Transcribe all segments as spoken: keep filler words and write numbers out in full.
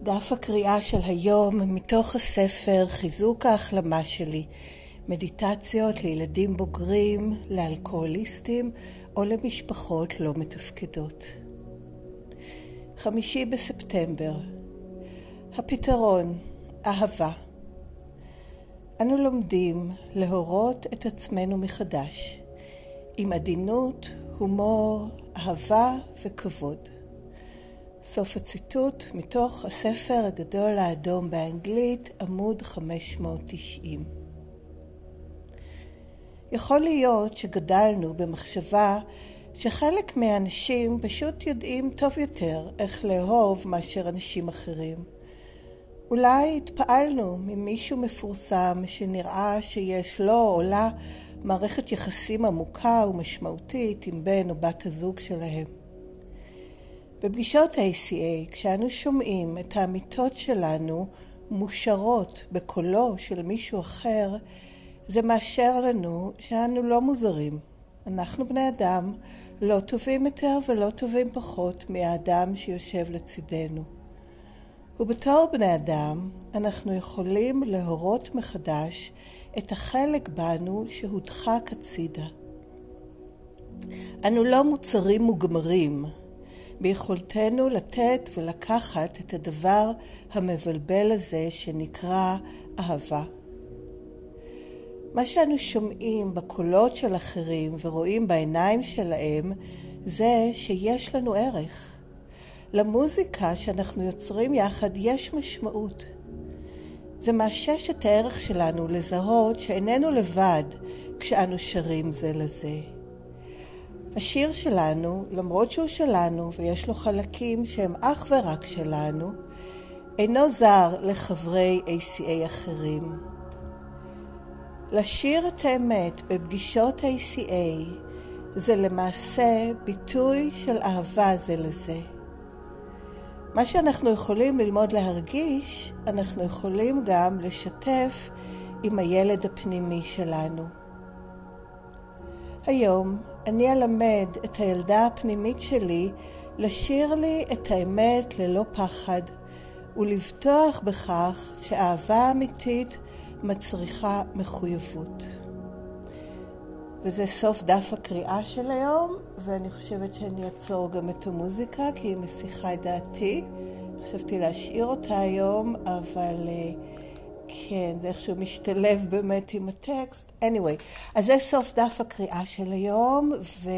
דף הקריאה של היום מתוך הספר חיזוק ההחלמה שלי, מדיטציות לילדים בוגרים, לאלכוהוליסטים או למשפחות לא מתפקדות. חמישי בספטמבר. הפתרון, אהבה. אנו לומדים להורות את עצמנו מחדש, עם עדינות, הומור, אהבה וכבוד. סוף הציטוט מתוך הספר הגדול האדום באנגלית, עמוד חמש מאות תשעים. יכול להיות שגדלנו במחשבה שחלק מהאנשים פשוט יודעים טוב יותר איך לאהוב מאשר אנשים אחרים. אולי התפעלנו ממישהו מפורסם שנראה שיש לו או לה מערכת יחסים עמוקה ומשמעותית עם בן או בת הזוג שלהם. בפגישות ה-איי סי איי, כשאנו שומעים את האמיתות שלנו מושרות בקולו של מישהו אחר, זה מאשר לנו שאנו לא מוזרים. אנחנו בני אדם, לא טובים יותר ולא טובים פחות מהאדם שיושב לצידנו. ובתור בני אדם, אנחנו יכולים להורות מחדש את החלק בנו שהודחק הצידה. אנו לא מוצרים מוגמרים, ביכולתנו לתת ולקחת את הדבר המבלבל הזה שנקרא אהבה. מה שאנו שומעים בקולות של אחרים ורואים בעיניים שלהם זה שיש לנו ערך. למוזיקה שאנחנו יוצרים יחד יש משמעות. זה מאשש את הערך שלנו לזהות שאיננו לבד כשאנו שרים זה לזה. השיר שלנו, למרות שהוא שלנו ויש לו חלקים שהם אך ורק שלנו, אינו זר לחברי איי סי איי אחרים. לשיר את האמת בפגישות ה-איי סי איי זה למעשה ביטוי של אהבה זה לזה. מה שאנחנו יכולים ללמוד להרגיש, אנחנו יכולים גם לשתף עם הילד הפנימי שלנו. היום אני אלמד את הילדה הפנימית שלי לשיר לי את האמת ללא פחד ולבטוח בכך שאהבה אמיתית מצריכה מחויבות. וזה סוף דף הקריאה של היום, ואני חושבת שאני אעצור גם את המוזיקה כי היא מסיחה את דעתי. חשבתי להשאיר אותה היום, אבל כן, זה איכשהו משתלב באמת עם הטקסט. anyway, אז זה סוף דף הקריאה של היום,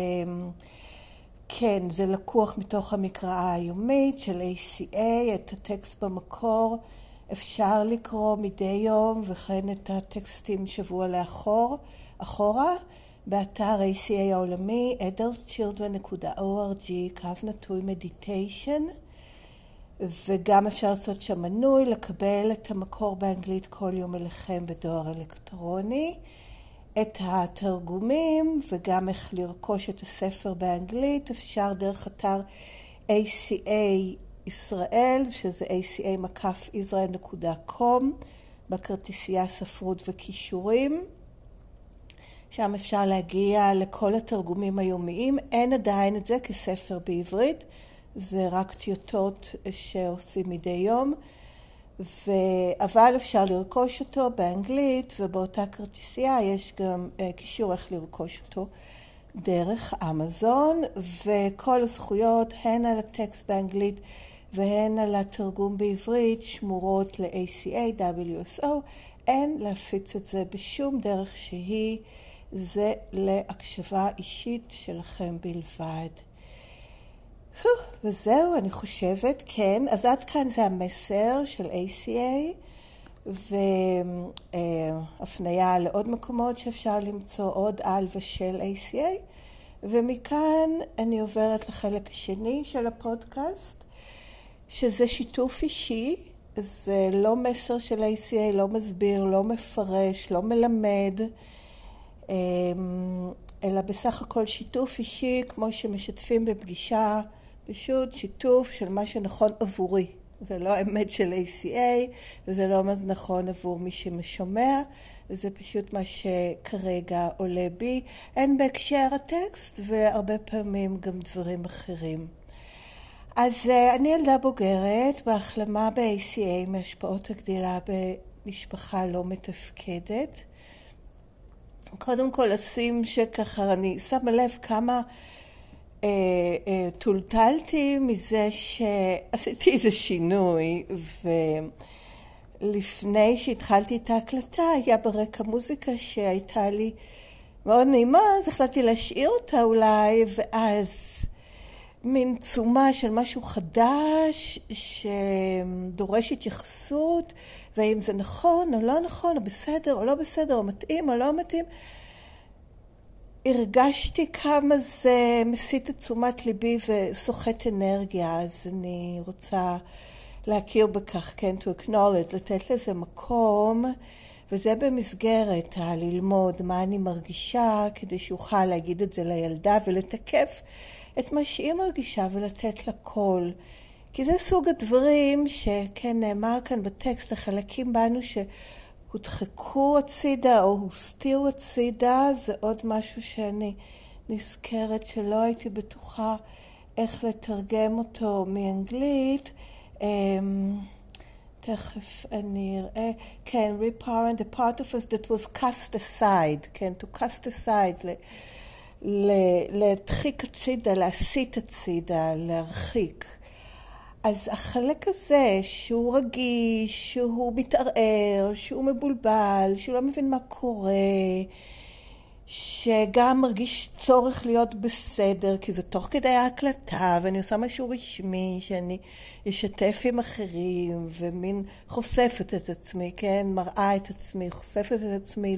וכן, זה לקוח מתוך המקראה היומית של איי סי איי, את הטקסט במקור אפשר לקרוא מדי יום, וכן את הטקסטים שבוע לאחור, אחורה, באתר איי סי איי העולמי, אדלט צ'ילדרן נקודה או אר ג'י, קו נטוי מדיטיישן, וגם אפשר לעשות שם מנוי, לקבל את המקור באנגלית כל יום אליכם בדואר אלקטרוני, את התרגומים וגם איך לרכוש את הספר באנגלית, אפשר דרך אתר איי סי איי ישראל, שזה איי סי איי מקף ישראל נקודה קום, בכרטיסייה ספרות וקישורים. שם אפשר להגיע לכל התרגומים היומיים. אין עדיין את זה כספר בעברית, זה רק טיוטות שעושים מדי יום, ו... אבל אפשר לרכוש אותו באנגלית, ובאותה כרטיסייה יש גם uh, קישור איך לרכוש אותו דרך אמזון, וכל הזכויות, הן על הטקסט באנגלית והן על התרגום בעברית, שמורות ל-איי סי איי דאבליו אס או, אין להפיץ את זה בשום דרך שהיא, זה להקשבה אישית שלכם בלבד. וזהו, אני חושבת, כן, אז עד כאן זה המסר של איי סי איי, והפניה לעוד מקומות שאפשר למצוא עוד על ושל איי סי איי, ומכאן אני עוברת לחלק השני של הפודקאסט, שזה שיתוף אישי, זה לא מסר של איי סי איי, לא מסביר, לא מפרש, לא מלמד, אלא בסך הכל שיתוף אישי, כמו שמשתפים בפגישה, פשוט שיתוף של מה שנכון עבורי. זה לא האמת של איי סי איי, וזה לא מה נכון עבור מי שמשומע, זה פשוט מה שכרגע עולה בי. אין בהקשר הטקסט, והרבה פעמים גם דברים אחרים. אז uh, אני ילדה בוגרת בהחלמה ב-איי סי איי מהשפעות הגדילה במשפחה לא מתפקדת. קודם כל לשים שככה אני שמה לב כמה אה, אה, טולטלתי מזה שעשיתי איזה שינוי, ולפני שהתחלתי את ההקלטה היה ברקע מוזיקה שהייתה לי מאוד נעימה, אז החלטתי להשאיר אותה אולי, ואז מין תשומה של משהו חדש שדורש התייחסות, והאם זה נכון או לא נכון, או בסדר או לא בסדר, או מתאים או לא מתאים. הרגשתי כמה זה מסיט את תשומת ליבי וסוחט אנרגיה, אז אני רוצה להכיר בכך, כן, to acknowledge, לתת לזה מקום, וזה במסגרת הללמוד מה אני מרגישה, כדי שאוכל להגיד את זה לילדה ולתקף את מה שהיא מרגישה ולתת לה קול. כי זה סוג הדברים שכן נאמר כאן בטקסט, החלקים בנו שהודחקו הצידה או הוסתירו הצידה, זה עוד משהו שאני נזכרת שלא הייתי בטוחה איך לתרגם אותו מאנגלית. תכף אני אראה, כן, reparent, the part of us that was cast aside, כן, to cast aside, להדחיק הצידה, להסיט הצידה, להרחיק. אז החלק הזה שהוא רגיש, שהוא מתערער, שהוא מבולבל, שהוא לא מבין מה קורה, שגם מרגיש צורך להיות בסדר, כי זה תוך כדי ההקלטה, ואני עושה משהו רשמי, שאני אשתף עם אחרים, ומין חושפת את עצמי, כן, מראה את עצמי, חושפת את עצמי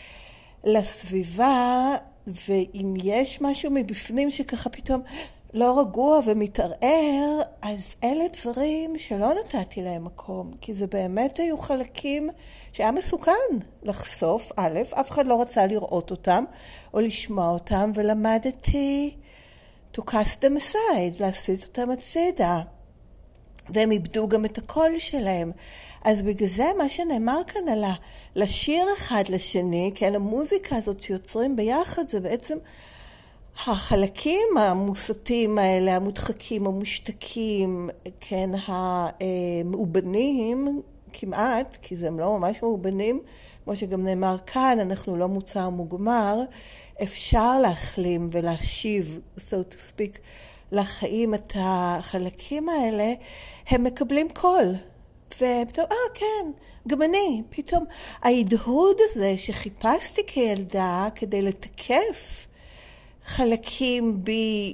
לסביבה, ואם יש משהו מבפנים שככה פתאום לא רגוע ומתערער, אז אלה דברים שלא נתתי להם מקום, כי זה באמת היו חלקים שהיה מסוכן לחשוף. א', אף אחד לא רצה לראות אותם או לשמוע אותם, ולמדתי to cast them aside, להסיט אותם הצידה, והם איבדו גם את הקול שלהם. אז בגלל זה מה שנאמר כאן על לשיר אחד לשני, כן, המוזיקה הזאת שיוצרים ביחד, זה בעצם החלקים המוסתים האלה, המודחקים, המושתקים, כן, המאובנים כמעט, כי זה הם לא ממש מאובנים, כמו שגם נאמר כאן, אנחנו לא מוצר מוגמר, אפשר להחלים ולהשיב, so to speak, לחיים את החלקים האלה, הם מקבלים קול. ופתאום, אה, כן, גם אני, פתאום ההדהוד הזה שחיפשתי כילדה כדי לתקף חלקים בי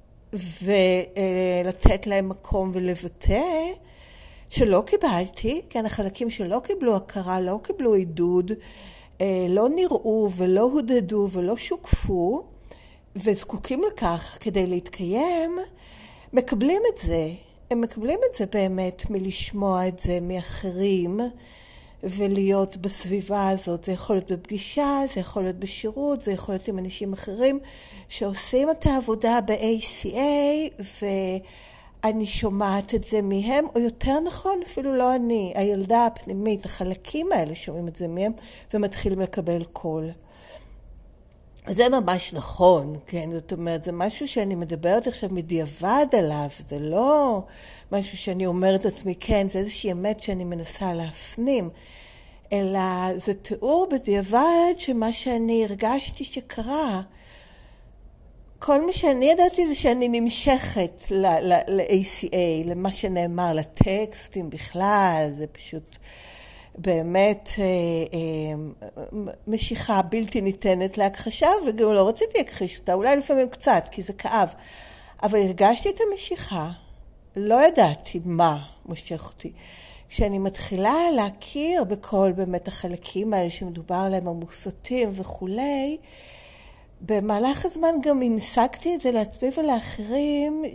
ולתת להם מקום ולבטא, שלא קיבלתי, כן, החלקים שלא קיבלו הכרה, לא קיבלו עידוד, לא נראו ולא הודדו ולא שוקפו, וזקוקים לכך כדי להתקיים, מקבלים את זה. הם מקבלים את זה באמת מלשמוע את זה מאחרים, ולהיות בסביבה הזאת. זה יכול להיות בפגישה, זה יכול להיות בשירות, זה יכול להיות עם אנשים אחרים שעושים את העבודה ב-איי סי איי, ואני שומעת את זה מהם, או יותר נכון, אפילו לא אני, הילדה הפנימית, החלקים האלה שומעים את זה מהם, ומתחילים לקבל קול. זה ממש נכון, כן? זאת אומרת, זה משהו שאני מדברת עכשיו מדיעבד עליו, זה לא משהו שאני אומרת לעצמי, כן, זה איזושהי אמת שאני מנסה להפנים, אלא זה תיאור בדיעבד שמה שאני הרגשתי שקרה, כל מה שאני ידעתי זה שאני נמשכת ל-איי סי איי, למה שנאמר, לטקסטים בכלל, זה פשוט באמת אה, אה, משיכה בלתי ניתנת להכחשה, וגם לא רציתי להכחיש אותה, אולי לפעמים קצת, כי זה כאב. אבל הרגשתי את המשיכה, לא ידעתי מה מושך אותי. כשאני מתחילה להכיר בכל באמת החלקים האלה שמדובר עליהם, המוסתים וכולי, במהלך הזמן גם המשגתי את זה לעצמי ולאחרים,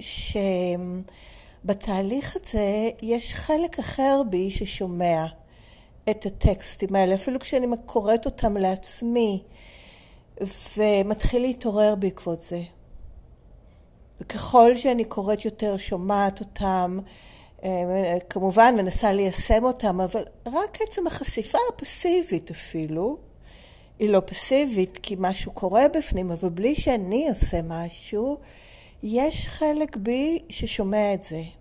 שבתהליך הזה יש חלק אחר בי ששומע את הטקסטים האלה, אפילו כשאני קוראת אותם לעצמי, ומתחיל להתעורר בעקבות זה. וככל שאני קוראת יותר, שומעת אותם, כמובן מנסה ליישם אותם, אבל רק עצם החשיפה הפסיבית אפילו, היא לא פסיבית כי משהו קורה בפנים, אבל בלי שאני עושה משהו, יש חלק בי ששומע את זה.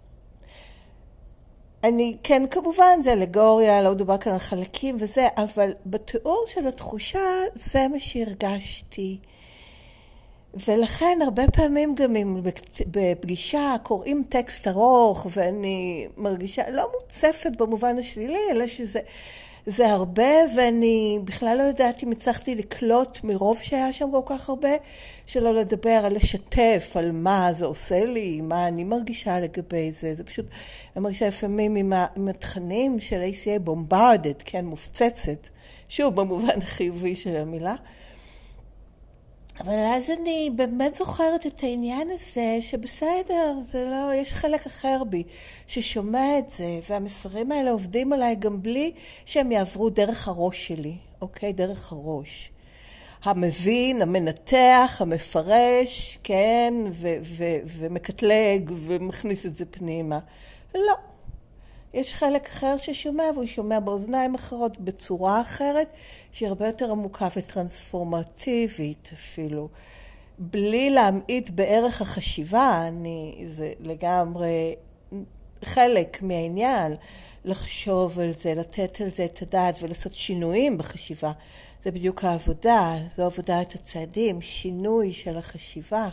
אני, כן, כמובן, זה אלגוריה, לא מדובר כאן על חלקים וזה, אבל בתיאור של התחושה, זה מה שהרגשתי. ולכן, הרבה פעמים גם אם בפגישה קוראים טקסט ארוך, ואני מרגישה, לא מוצפת במובן השלילי, אלא שזה זה הרבה, ואני בכלל לא יודעת אם הצלחתי לקלוט מרוב שהיה שם כל כך הרבה, שלא לדבר על לשתף, על מה זה עושה לי, מה אני מרגישה לגבי זה. זה פשוט, אני מרגישה לפעמים עם, עם התכנים של איי סי איי bombarded, כן, מופצצת, שוב, במובן החיובי של המילה. אבל אז אני באמת זוכרת את העניין הזה, שבסדר, זה לא, יש חלק אחר בי ששומע את זה, והמסרים האלה עובדים עליי גם בלי שהם יעברו דרך הראש שלי, אוקיי? דרך הראש. המבין, המנתח, המפרש, כן, ו- ו- ומקטלג ומכניס את זה פנימה. לא. יש חלק אחר ששומע, והוא שומע באוזניים אחרות בצורה אחרת, שהיא הרבה יותר עמוקה וטרנספורמטיבית אפילו. בלי להמעיט בערך החשיבה, אני, זה לגמרי חלק מהעניין, לחשוב על זה, לתת על זה את הדעת ולעשות שינויים בחשיבה. זה בדיוק העבודה, זו עבודת הצעדים, שינוי של החשיבה.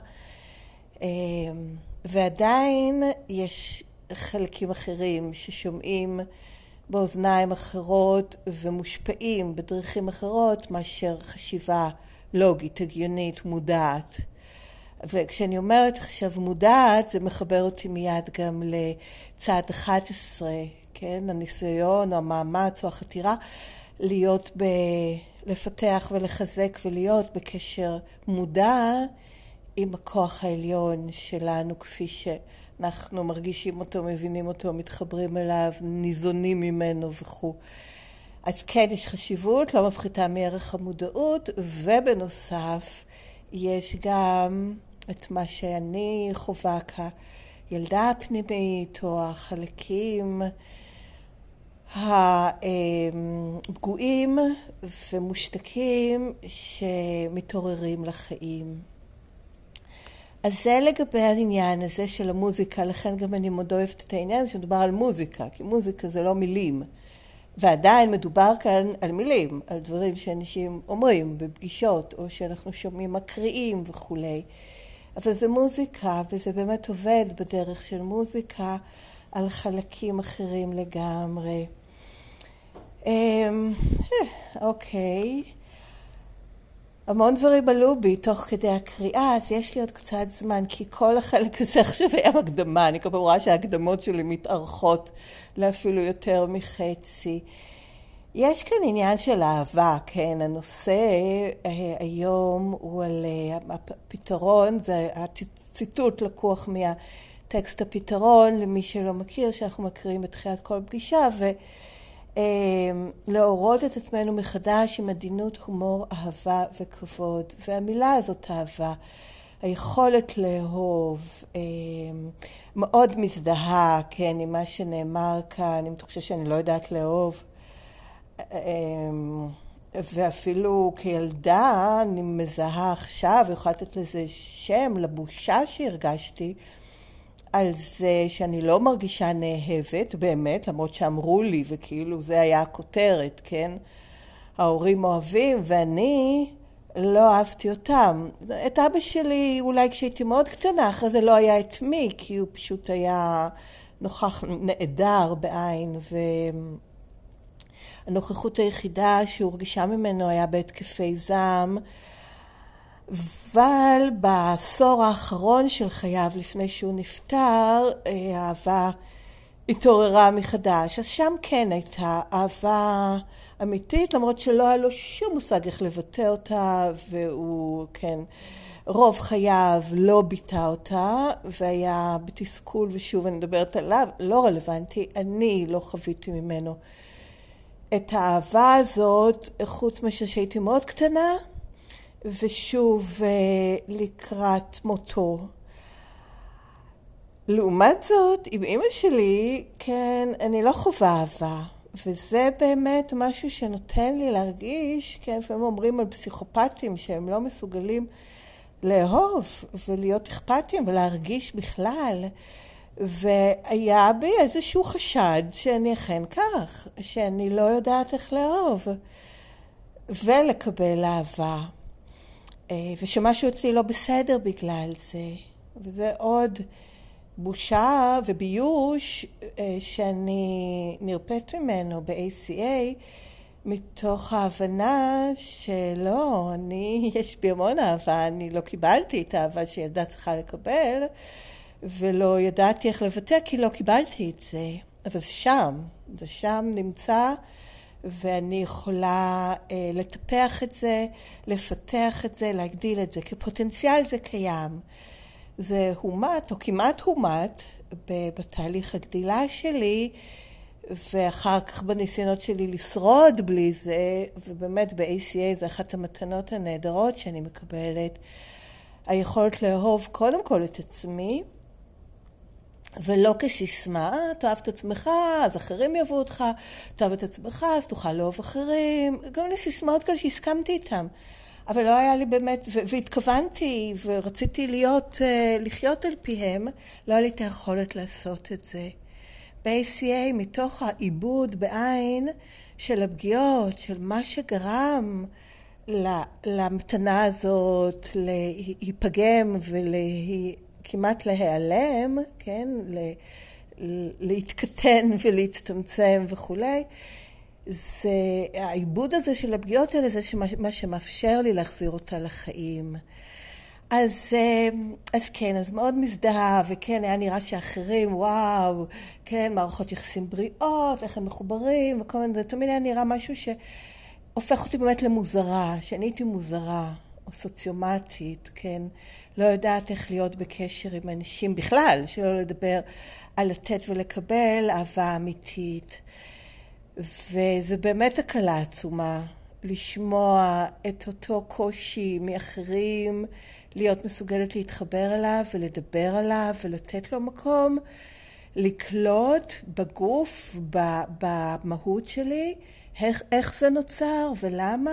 ועדיין יש חלקים אחרים ששומעים באוזניים אחרות ומושפעים בדרכים אחרות מאשר חשיבה לוגית, הגיונית, מודעת. וכשאני אומרת עכשיו מודעת, זה מחבר אותי מיד גם לצעד אחת עשרה, כן? הניסיון או המאמץ או החתירה להיות ב... לפתח ולחזק ולהיות בקשר מודע עם הכוח העליון שלנו, כפי שאנחנו מרגישים אותו, מבינים אותו, מתחברים אליו, ניזונים ממנו וכו'. אז כן, יש חשיבות, לא מפחיתה מערך המודעות, ובנוסף יש גם את מה שאני חווה כילדה הפנימית או החלקים הפגועים ומושתקים שמתעוררים לחיים. אז זה לגבי העניין הזה של המוזיקה, לכן גם אני מאוד אוהבת את העניין שמדובר על מוזיקה, כי מוזיקה זה לא מילים. ועדיין מדובר כאן על מילים, על דברים שאנשים אומרים בפגישות, או שאנחנו שומעים מקריאים וכו'. אבל זה מוזיקה, וזה באמת עובד בדרך של מוזיקה על חלקים אחרים לגמרי. אוקיי. המון דברים עלו בי תוך כדי הקריאה, אז יש לי עוד קצת זמן, כי כל החלק הזה עכשיו היה מקדמה. אני כל פעם רואה שההקדמות שלי מתארכות לאפילו יותר מחצי. יש כאן עניין של אהבה, כן? הנושא היום הוא על הפתרון, זה הציטוט לקוח מהטקסט הפתרון, למי שלא מכיר, שאנחנו מקריאים בתחילת כל פגישה, ו... להורות את עצמנו מחדש עם עדינות, הומור, אהבה וכבוד. והמילה הזאת אהבה, היכולת לאהוב, מאוד מזדהה, כן, עם מה שנאמר כאן, עם תחושה שאני לא יודעת לאהוב. ואפילו כילדה אני מזהה עכשיו, יכולה לתת לזה שם, לבושה שהרגשתי, על זה שאני לא מרגישה נאהבת, באמת, למרות שאמרו לי, וכאילו זה היה הכותרת, כן? ההורים אוהבים, ואני לא אהבתי אותם. את אבא שלי, אולי כשהייתי מאוד קטנה, אחרי זה לא היה את מי, כי הוא פשוט היה נוכח נעדר בעין, והנוכחות היחידה שהוא הרגישה ממנו היה בהתקפי זעם, אבל בעשור האחרון של חייו, לפני שהוא נפטר, האהבה התעוררה מחדש. אז שם כן הייתה אהבה אמיתית, למרות שלא היה לו שום מושג איך לבטא אותה, והוא, כן, רוב חייו לא ביטא אותה, והיה בתסכול, ושוב אני מדברת עליו, לא רלוונטי, אני לא חוויתי ממנו את האהבה הזאת, חוץ מאשר שהייתי מאוד קטנה, ושוב לקראת מותו. לעומת זאת, עם אמא שלי, כן, אני לא חווה אהבה, וזה באמת משהו שנותן לי להרגיש, כן, לפעמים אומרים על פסיכופטים שהם לא מסוגלים לאהוב ולהיות אכפתיים ולהרגיש בכלל. והיה בי איזשהו חשד שאני אכן כך, שאני לא יודעת איך לאהוב ולקבל אהבה, ושמשהו אצלי לא בסדר בגלל זה. וזה עוד בושה וביוש שאני נרפאת ממנו ב-איי סי איי, מתוך ההבנה שלא, אני, יש בי המון אהבה, אני לא קיבלתי את האהבה שילדה צריכה לקבל, ולא ידעתי איך לבטא כי לא קיבלתי את זה. אבל זה שם, זה שם נמצא, ואני יכולה אה, לטפח את זה, לפתח את זה, להגדיל את זה. כפוטנציאל זה קיים. זה הומת, או כמעט הומת, בתהליך הגדילה שלי, ואחר כך בניסיונות שלי לשרוד בלי זה, ובאמת ב-איי סי איי זה אחת המתנות הנהדרות שאני מקבלת, היכולת לאהוב קודם כל את עצמי, ולא כסיסמה, תאהב את עצמך, אז אחרים יאהבו אותך, תאהב את עצמך, אז תוכל לאהוב אחרים, גם לסיסמאות כאלה שהסכמתי איתם. אבל לא היה לי באמת, והתכוונתי ורציתי להיות, לחיות על פיהם, לא היה לי את היכולת לעשות את זה. ב-איי סי איי, מתוך העיבוד בעין של הפגיעות, של מה שגרם למתנה הזאת, להיפגם וכמעט להיעלם, כן? להתקטן ולהצטמצם וכו'. זה, העיבוד הזה של הפגיעות האלה, זה מה שמאפשר לי להחזיר אותה לחיים. אז, אז כן, אז מאוד מזדהה, וכן, היה נראה שאחרים, וואו, כן, מערכות יחסים בריאות, איך הם מחוברים, וכל מיני, זה תמיד היה נראה משהו שהופך אותי באמת למוזרה, שאני הייתי מוזרה, או סוציומטית, כן, לא יודעת איך להיות בקשר עם אנשים בכלל, שלא לדבר על לתת ולקבל אהבה אמיתית. וזה באמת הקלה עצומה, לשמוע את אותו קושי מאחרים, להיות מסוגלת להתחבר אליו ולדבר עליו ולתת לו מקום, לקלוט בגוף, במהות שלי, איך, איך זה נוצר ולמה,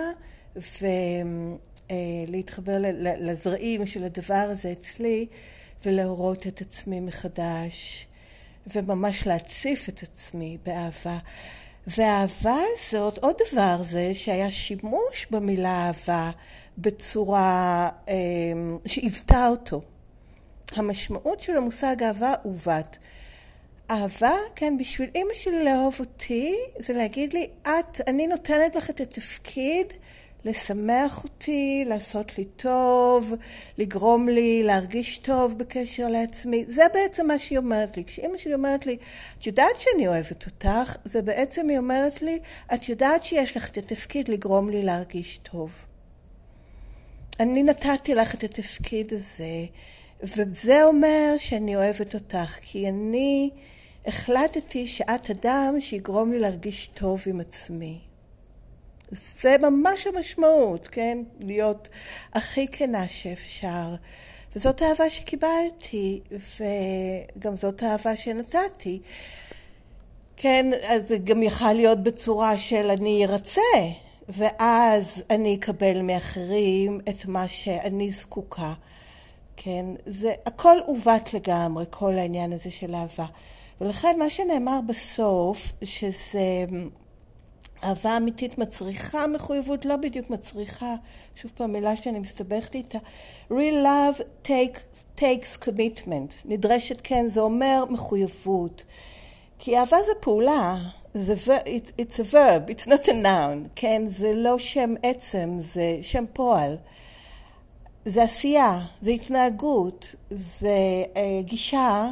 ולהתחבר לזרעים של הדבר הזה אצלי, ולהורות את עצמי מחדש, וממש להציף את עצמי באהבה. והאהבה הזאת, עוד דבר זה שהיה שימוש במילה אהבה בצורה אה, שהיוותה אותו. המשמעות של המושג אהבה עוות. אהבה, כן, בשביל אמא שלי לאהוב אותי, זה להגיד לי, את, אני נותנת לך את התפקיד לשמח אותי, לעשות לי טוב, לגרום לי להרגיש טוב בקשר לעצמי. זה בעצם מה שהיא אומרת לי. כשאמא שלי אומרת לי, את יודעת שאני אוהבת אותך, זה בעצם היא אומרת לי, את יודעת שיש לך את התפקיד לגרום לי להרגיש טוב. אני נתתי לך את התפקיד הזה, וזה אומר שאני אוהבת אותך, כי אני החלטתי שאת אדם שיגרום לי להרגיש טוב עם עצמי. זה ממש המשמעות, כן? להיות הכי כנה שאפשר. וזאת האהבה שקיבלתי, וגם זאת האהבה שנתתי. כן, אז זה גם יכל להיות בצורה של אני ארצה, ואז אני אקבל מאחרים את מה שאני זקוקה. כן, זה הכל עוות לגמרי, כל העניין הזה של אהבה. ולכן מה שנאמר בסוף, שזה אהבה אמיתית מצריכה מחויבות, לא בדיוק מצריכה, שוב פעם מילה שאני מסתבכת איתה, real love take, takes commitment, נדרשת, כן, זה אומר מחויבות, כי אהבה זה פעולה, זה, it's, it's a verb, it's not a noun, כן, זה לא שם עצם, זה שם פועל, זה עשייה, זה התנהגות, זה uh, גישה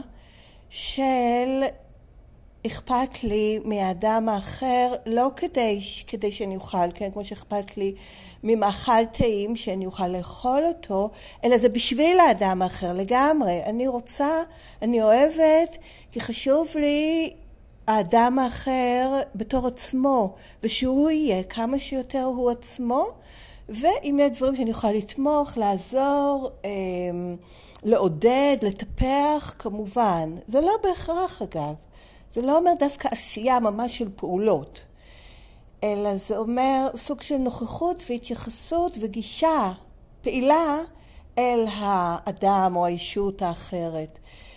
של אכפת לי מהאדם האחר, לא כדי, כדי שאני אוכל, כן, כמו שאכפת לי ממאכל טעים שאני אוכל לאכול אותו, אלא זה בשביל האדם האחר לגמרי. אני רוצה, אני אוהבת, כי חשוב לי האדם האחר בתור עצמו, ושהוא יהיה כמה שיותר הוא עצמו, ואם יהיה דברים שאני אוכל לתמוך, לעזור, לעודד, לטפח, כמובן. זה לא בהכרח אגב. זה לא אומר דווקא עשייה ממש של פעולות, אלא זה אומר סוג של נוכחות והתייחסות וגישה פעילה אל האדם או האישות האחרת.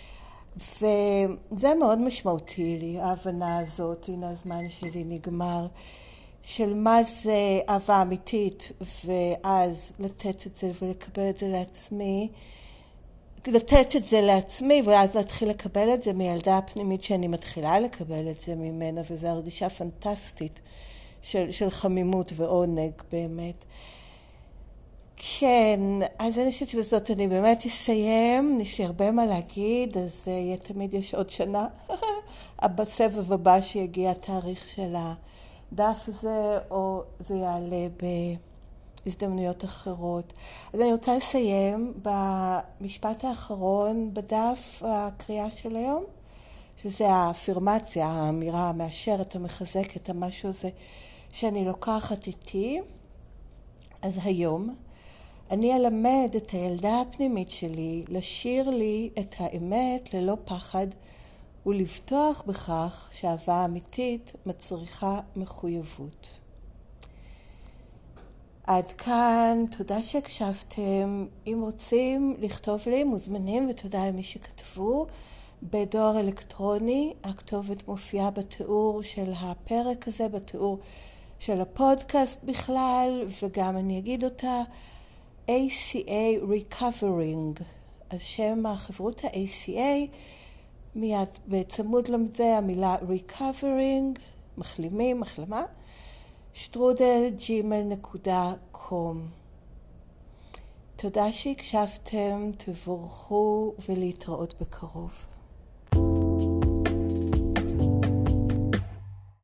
וזה מאוד משמעותי לי, ההבנה הזאת, הנה הזמן שלי נגמר, של מה זה אהבה אמיתית, ואז לתת את זה ולקבל את זה לעצמי, לתת את זה לעצמי, ואז להתחיל לקבל את זה מילדה הפנימית שאני מתחילה לקבל את זה ממנה, וזו הרגישה פנטסטית של, של חמימות ועונג באמת. כן, אז אני חושבת שבזאת אני באמת אסיים, יש לי הרבה מה להגיד, אז יהיה תמיד יש עוד שנה, בסבב הבא שיגיע התאריך של הדף הזה, או זה יעלה בהזדמנויות אחרות. אז אני רוצה לסיים במשפט האחרון בדף הקריאה של היום, שזה האפירמציה, האמירה המאשרת, המחזקת, המשהו הזה שאני לוקחת איתי. אז היום אני אלמד את הילדה הפנימית שלי לשיר לי את האמת ללא פחד ולבטוח בכך שאהבה אמיתית מצריכה מחויבות. עד כאן, תודה שהקשבתם. אם רוצים לכתוב לי, מוזמנים, ותודה למי שכתבו. בדואר אלקטרוני, הכתובת מופיעה בתיאור של הפרק הזה, בתיאור של הפודקאסט בכלל, וגם אני אגיד אותה, איי סי איי Recovering, על שם החברות ה-איי סי איי, מיד בצמוד לזה המילה Recovering, מחלימים, מחלמה, שטרודל ג'ימייל נקודה קום. תודה שהקשבתם, תבורכו ולהתראות בקרוב.